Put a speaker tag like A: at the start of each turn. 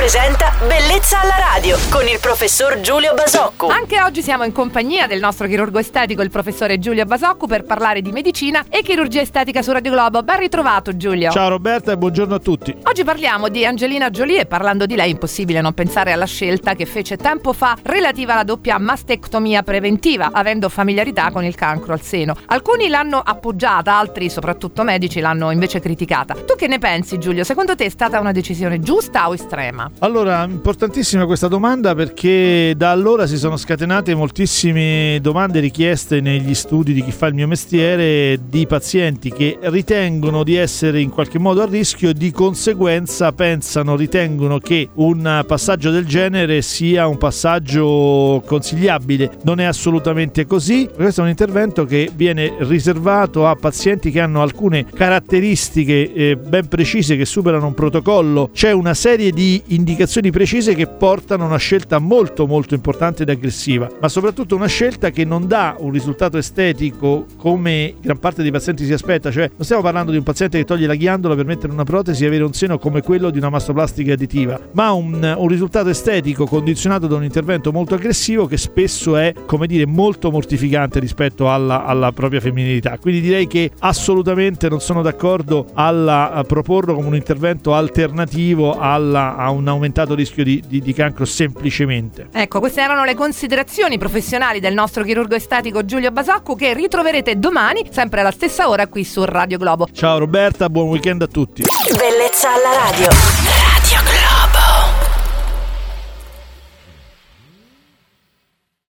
A: presenta Bellezza alla radio con il professor Giulio Basocco.
B: Anche oggi siamo in compagnia del nostro chirurgo estetico, il professore Giulio Basocco, per parlare di medicina e chirurgia estetica su Radio Globo. Ben ritrovato, Giulio.
C: Ciao Roberta e buongiorno a tutti.
B: Oggi parliamo di Angelina Jolie e parlando di lei è impossibile non pensare alla scelta che fece tempo fa relativa alla doppia mastectomia preventiva, avendo familiarità con il cancro al seno. Alcuni l'hanno appoggiata, altri, soprattutto medici, l'hanno invece criticata. Tu che ne pensi, Giulio? Secondo te è stata una decisione giusta o estrema?
C: Allora, importantissima questa domanda, perché da allora si sono scatenate moltissime domande richieste negli studi di chi fa il mio mestiere di pazienti che ritengono di essere in qualche modo a rischio e di conseguenza ritengono che un passaggio del genere sia un passaggio consigliabile. Non è assolutamente così. Questo è un intervento che viene riservato a pazienti che hanno alcune caratteristiche ben precise, che superano un protocollo. C'è una serie di indicazioni precise che portano a una scelta molto importante ed aggressiva, ma soprattutto una scelta che non dà un risultato estetico come gran parte dei pazienti si aspetta. Cioè, non stiamo parlando di un paziente che toglie la ghiandola per mettere una protesi e avere un seno come quello di una mastoplastica additiva, ma un risultato estetico condizionato da un intervento molto aggressivo che spesso è, come dire, molto mortificante rispetto alla propria femminilità. Quindi direi che assolutamente non sono d'accordo a proporlo come un intervento alternativo a un aumentato rischio di cancro semplicemente.
B: Ecco, queste erano le considerazioni professionali del nostro chirurgo estetico Giulio Basocco, che ritroverete domani sempre alla stessa ora qui su Radio Globo.
C: Ciao Roberta, buon weekend a tutti.
A: Bellezza alla radio.